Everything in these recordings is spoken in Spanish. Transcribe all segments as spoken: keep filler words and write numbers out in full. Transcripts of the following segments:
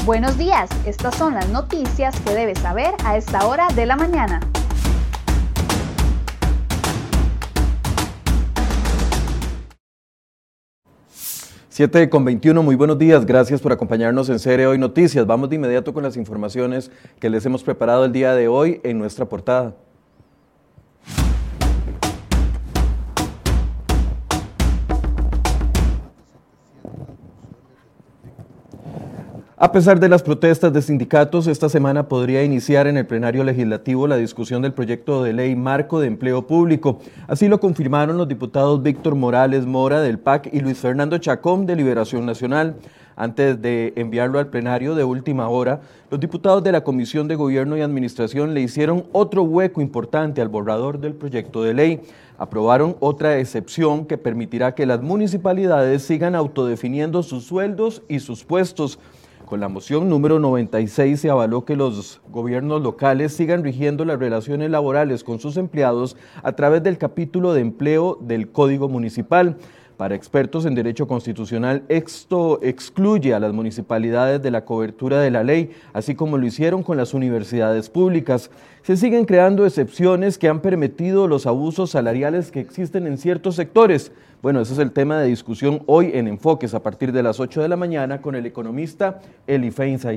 Buenos días, estas son las noticias que debes saber a esta hora de la mañana. siete con veintiuno, muy buenos días, gracias por acompañarnos en C R Hoy Noticias. Vamos de inmediato con las informaciones que les hemos preparado el día de hoy en nuestra portada. A pesar de las protestas de sindicatos, esta semana podría iniciar en el plenario legislativo la discusión del proyecto de ley marco de empleo público. Así lo confirmaron los diputados Víctor Morales Mora del P A C y Luis Fernando Chacón de Liberación Nacional. Antes de enviarlo al plenario de última hora, los diputados de la Comisión de Gobierno y Administración le hicieron otro hueco importante al borrador del proyecto de ley. Aprobaron otra excepción que permitirá que las municipalidades sigan autodefiniendo sus sueldos y sus puestos. Con la moción número noventa y seis se avaló que los gobiernos locales sigan rigiendo las relaciones laborales con sus empleados a través del capítulo de empleo del Código Municipal. Para expertos en derecho constitucional, esto excluye a las municipalidades de la cobertura de la ley, así como lo hicieron con las universidades públicas. Se siguen creando excepciones que han permitido los abusos salariales que existen en ciertos sectores. Bueno, ese es el tema de discusión hoy en Enfoques a partir de las ocho de la mañana con el economista Eli Feinsay.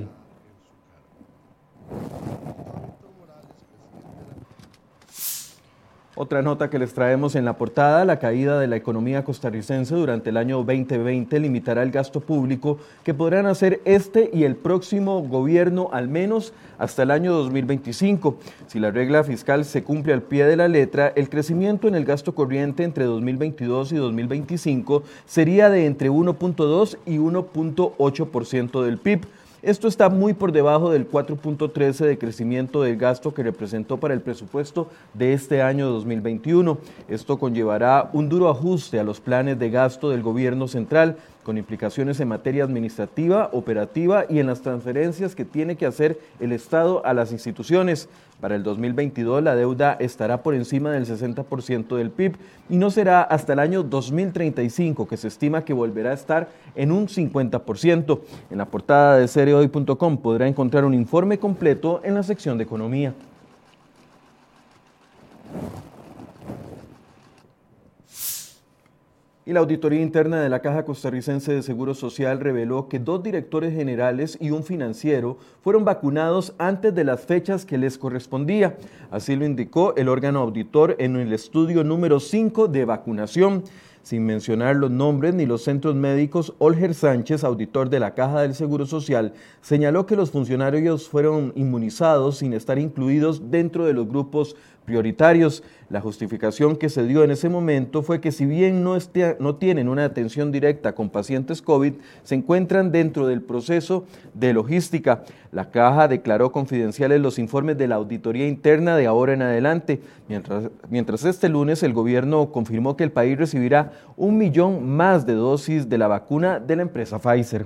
Otra nota que les traemos en la portada: la caída de la economía costarricense durante el año veinte veinte limitará el gasto público que podrán hacer este y el próximo gobierno al menos hasta el año dos mil veinticinco. Si la regla fiscal se cumple al pie de la letra, el crecimiento en el gasto corriente entre dos mil veintidós y dos mil veinticinco sería de entre uno punto dos y uno punto ocho por ciento del P I B. Esto está muy por debajo del cuatro punto trece de crecimiento del gasto que representó para el presupuesto de este año dos mil veintiuno. Esto conllevará un duro ajuste a los planes de gasto del gobierno central, con implicaciones en materia administrativa, operativa y en las transferencias que tiene que hacer el Estado a las instituciones. Para el dos mil veintidós la deuda estará por encima del sesenta por ciento del P I B y no será hasta el año dos mil treinta y cinco que se estima que volverá a estar en un cincuenta por ciento. En la portada de C R Hoy punto com podrá encontrar un informe completo en la sección de Economía. Y la Auditoría Interna de la Caja Costarricense de Seguro Social reveló que dos directores generales y un financiero fueron vacunados antes de las fechas que les correspondía. Así lo indicó el órgano auditor en el estudio número cinco de vacunación. Sin mencionar los nombres ni los centros médicos, Olger Sánchez, auditor de la Caja del Seguro Social, señaló que los funcionarios fueron inmunizados sin estar incluidos dentro de los grupos prioritarios. La justificación que se dio en ese momento fue que si bien no, esté, no tienen una atención directa con pacientes COVID, se encuentran dentro del proceso de logística. La Caja declaró confidenciales los informes de la auditoría interna de ahora en adelante, mientras, mientras este lunes el gobierno confirmó que el país recibirá un millón más de dosis de la vacuna de la empresa Pfizer.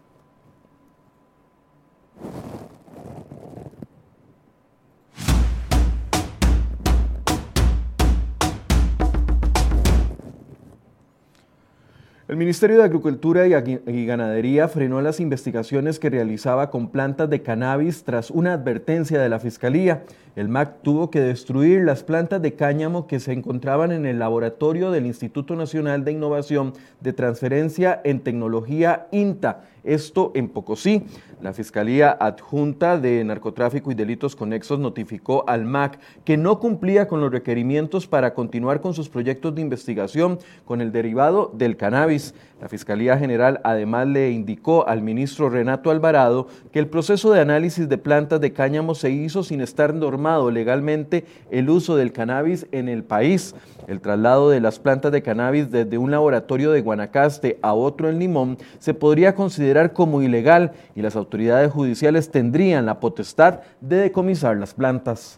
El Ministerio de Agricultura y Ganadería frenó las investigaciones que realizaba con plantas de cannabis tras una advertencia de la Fiscalía. El M A C tuvo que destruir las plantas de cáñamo que se encontraban en el laboratorio del Instituto Nacional de Innovación de Transferencia en Tecnología INTA, esto en Pocosí. La Fiscalía Adjunta de Narcotráfico y Delitos Conexos notificó al M A C que no cumplía con los requerimientos para continuar con sus proyectos de investigación con el derivado del cannabis. La Fiscalía General además le indicó al ministro Renato Alvarado que el proceso de análisis de plantas de cáñamo se hizo sin estar normado legalmente el uso del cannabis en el país. El traslado de las plantas de cannabis desde un laboratorio de Guanacaste a otro en Limón se podría considerar como ilegal y las autoridades judiciales tendrían la potestad de decomisar las plantas.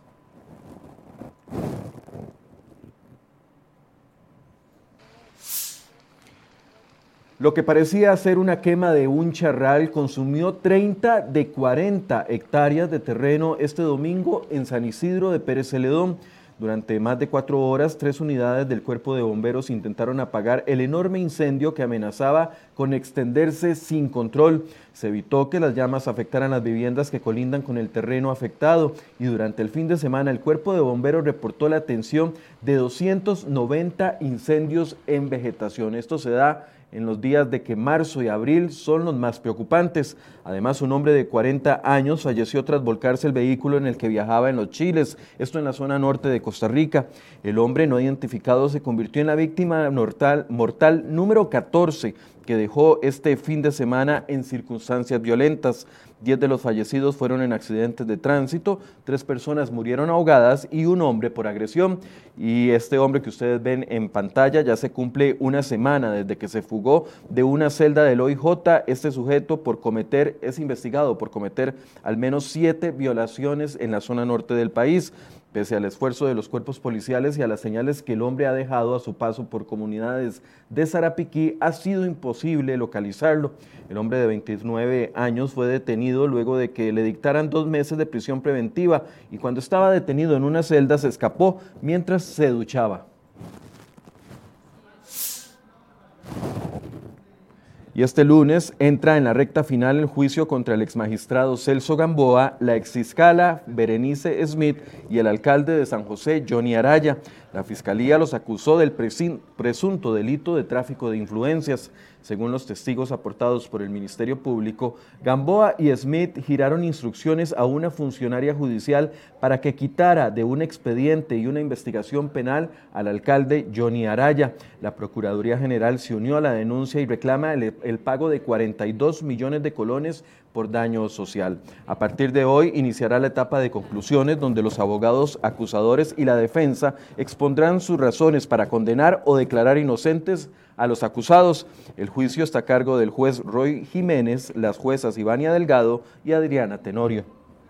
Lo que parecía ser una quema de un charral consumió treinta de cuarenta hectáreas de terreno este domingo en San Isidro de Pérez Celedón, Durante más de cuatro horas, tres unidades del Cuerpo de Bomberos intentaron apagar el enorme incendio que amenazaba con extenderse sin control. Se evitó que las llamas afectaran las viviendas que colindan con el terreno afectado y durante el fin de semana el Cuerpo de Bomberos reportó la atención de doscientos noventa incendios en vegetación. Esto se da en los días de que marzo y abril son los más preocupantes. Además, un hombre de cuarenta años falleció tras volcarse el vehículo en el que viajaba en Los Chiles, esto en la zona norte de Costa Rica. El hombre no identificado se convirtió en la víctima mortal, mortal número catorce que dejó este fin de semana en circunstancias violentas. Diez de los fallecidos fueron en accidentes de tránsito, tres personas murieron ahogadas y un hombre por agresión. Y este hombre que ustedes ven en pantalla ya se cumple una semana desde que se fugó de una celda del O I J. Este sujeto por cometer, es investigado por cometer al menos siete violaciones en la zona norte del país. Pese al esfuerzo de los cuerpos policiales y a las señales que el hombre ha dejado a su paso por comunidades de Sarapiquí, ha sido imposible localizarlo. El hombre de veintinueve años fue detenido luego de que le dictaran dos meses de prisión preventiva y cuando estaba detenido en una celda se escapó mientras se duchaba. Y este lunes entra en la recta final el juicio contra el exmagistrado Celso Gamboa, la exfiscala Berenice Smith y el alcalde de San José, Johnny Araya. La fiscalía los acusó del presunto delito de tráfico de influencias. Según los testigos aportados por el Ministerio Público, Gamboa y Smith giraron instrucciones a una funcionaria judicial para que quitara de un expediente y una investigación penal al alcalde Johnny Araya. La Procuraduría General se unió a la denuncia y reclama el, el pago de cuarenta y dos millones de colones por daño social. A partir de hoy iniciará la etapa de conclusiones donde los abogados acusadores y la defensa expondrán sus razones para condenar o declarar inocentes a los acusados. El juicio está a cargo del juez Roy Jiménez, las juezas Ivania Delgado y Adriana Tenorio.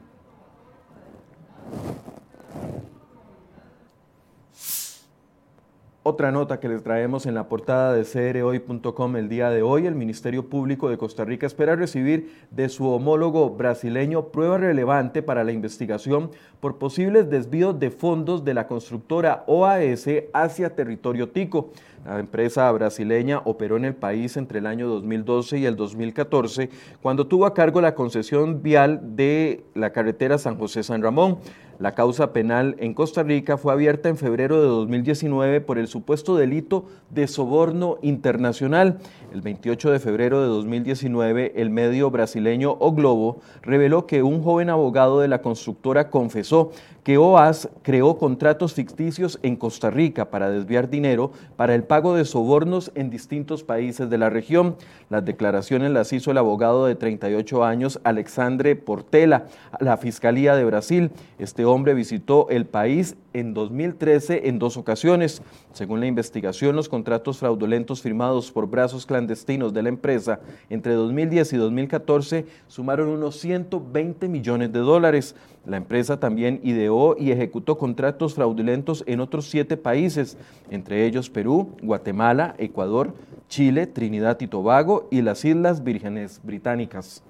Otra nota que les traemos en la portada de C R hoy punto com el día de hoy: el Ministerio Público de Costa Rica espera recibir de su homólogo brasileño prueba relevante para la investigación por posibles desvíos de fondos de la constructora O A S hacia territorio tico. La empresa brasileña operó en el país entre el año dos mil doce y el dos mil catorce, cuando tuvo a cargo la concesión vial de la carretera San José-San Ramón. La causa penal en Costa Rica fue abierta en febrero de dos mil diecinueve por el supuesto delito de soborno internacional. El veintiocho de febrero de dos mil diecinueve, el medio brasileño O Globo reveló que un joven abogado de la constructora confesó que O A S creó contratos ficticios en Costa Rica para desviar dinero para el pago de sobornos en distintos países de la región. Las declaraciones las hizo el abogado de treinta y ocho años, Alexandre Portela, a la Fiscalía de Brasil. Este hombre visitó el país en dos mil trece en dos ocasiones. Según la investigación, los contratos fraudulentos firmados por brazos clandestinos de la empresa entre dos mil diez y dos mil catorce sumaron unos ciento veinte millones de dólares. La empresa también ideó y ejecutó contratos fraudulentos en otros siete países, entre ellos Perú, Guatemala, Ecuador, Chile, Trinidad y Tobago y las Islas Vírgenes Británicas.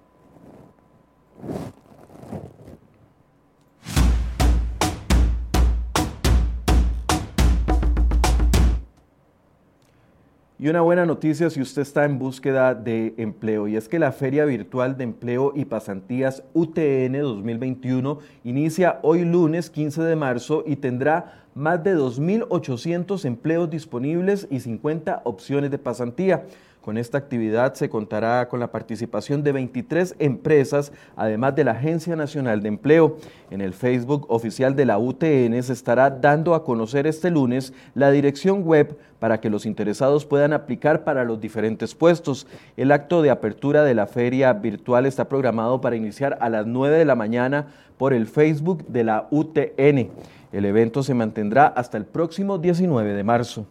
Y una buena noticia si usted está en búsqueda de empleo, y es que la Feria Virtual de Empleo y Pasantías U T N dos mil veintiuno inicia hoy lunes quince de marzo y tendrá más de dos mil ochocientos empleos disponibles y cincuenta opciones de pasantía. Con esta actividad se contará con la participación de veintitrés empresas, además de la Agencia Nacional de Empleo. En el Facebook oficial de la U T N se estará dando a conocer este lunes la dirección web para que los interesados puedan aplicar para los diferentes puestos. El acto de apertura de la feria virtual está programado para iniciar a las nueve de la mañana por el Facebook de la U T N. El evento se mantendrá hasta el próximo diecinueve de marzo.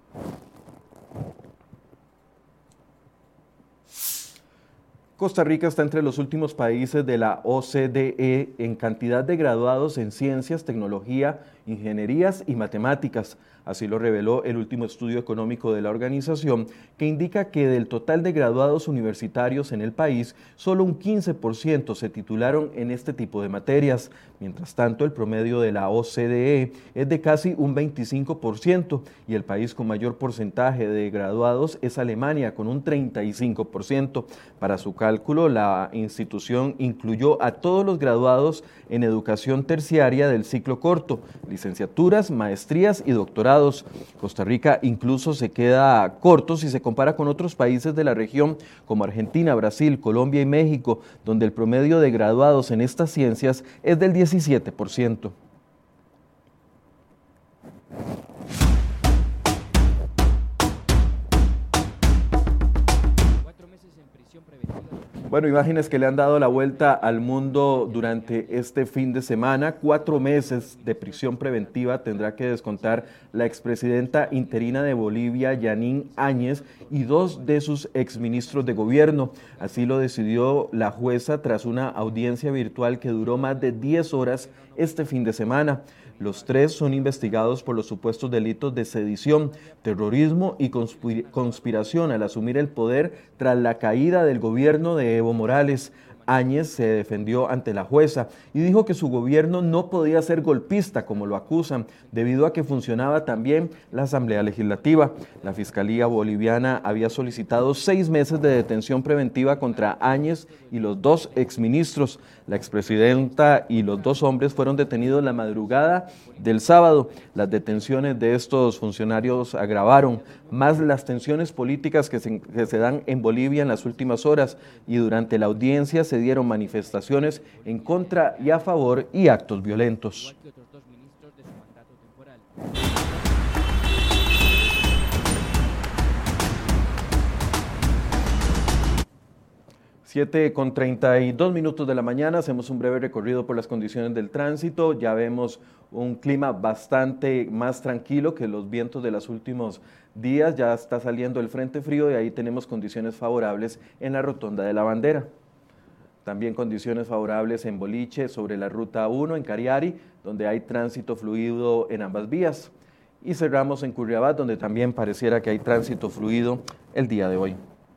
Costa Rica está entre los últimos países de la O C D E en cantidad de graduados en ciencias, tecnología ingenierías y matemáticas. Así lo reveló el último estudio económico de la organización, que indica que del total de graduados universitarios en el país, solo un quince por ciento se titularon en este tipo de materias. Mientras tanto, el promedio de la O C D E es de casi un veinticinco por ciento y el país con mayor porcentaje de graduados es Alemania, con un treinta y cinco por ciento. Para su cálculo, la institución incluyó a todos los graduados en educación terciaria del ciclo corto, licenciaturas, maestrías y doctorados. Costa Rica incluso se queda corto si se compara con otros países de la región como Argentina, Brasil, Colombia y México, donde el promedio de graduados en estas ciencias es del diecisiete por ciento. Bueno, imágenes que le han dado la vuelta al mundo durante este fin de semana. Cuatro meses de prisión preventiva tendrá que descontar la expresidenta interina de Bolivia, Yanine Áñez, y dos de sus exministros de gobierno. Así lo decidió la jueza tras una audiencia virtual que duró más de diez horas este fin de semana. Los tres son investigados por los supuestos delitos de sedición, terrorismo y conspiración al asumir el poder tras la caída del gobierno de Evo Morales. Áñez se defendió ante la jueza y dijo que su gobierno no podía ser golpista, como lo acusan, debido a que funcionaba también la Asamblea Legislativa. La Fiscalía Boliviana había solicitado seis meses de detención preventiva contra Áñez y los dos exministros. La expresidenta y los dos hombres fueron detenidos la madrugada del sábado. Las detenciones de estos funcionarios agravaron más las tensiones políticas que se, que se dan en Bolivia en las últimas horas, y durante la audiencia se dieron manifestaciones en contra y a favor y actos violentos. siete con treinta y dos minutos de la mañana, hacemos un breve recorrido por las condiciones del tránsito. Ya vemos un clima bastante más tranquilo que los vientos de los últimos días. Ya está saliendo el frente frío y ahí tenemos condiciones favorables en la rotonda de la Bandera. También condiciones favorables en Boliche, sobre la ruta uno, en Cariari, donde hay tránsito fluido en ambas vías. Y cerramos en Curriabat, donde también pareciera que hay tránsito fluido el día de hoy.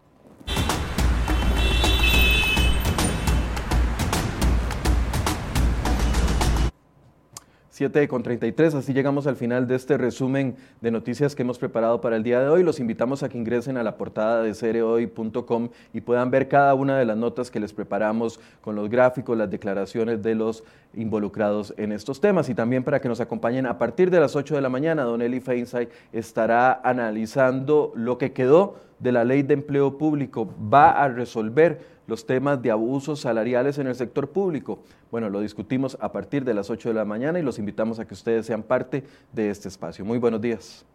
siete con treinta y tres, así llegamos al final de este resumen de noticias que hemos preparado para el día de hoy. Los invitamos a que ingresen a la portada de cereoy punto com y puedan ver cada una de las notas que les preparamos con los gráficos, las declaraciones de los involucrados en estos temas, y también para que nos acompañen a partir de las ocho de la mañana. Don Eli Feinsay estará analizando lo que quedó de la Ley de Empleo Público. Va a resolver los temas de abusos salariales en el sector público. Bueno, lo discutimos a partir de las ocho de la mañana y los invitamos a que ustedes sean parte de este espacio. Muy buenos días.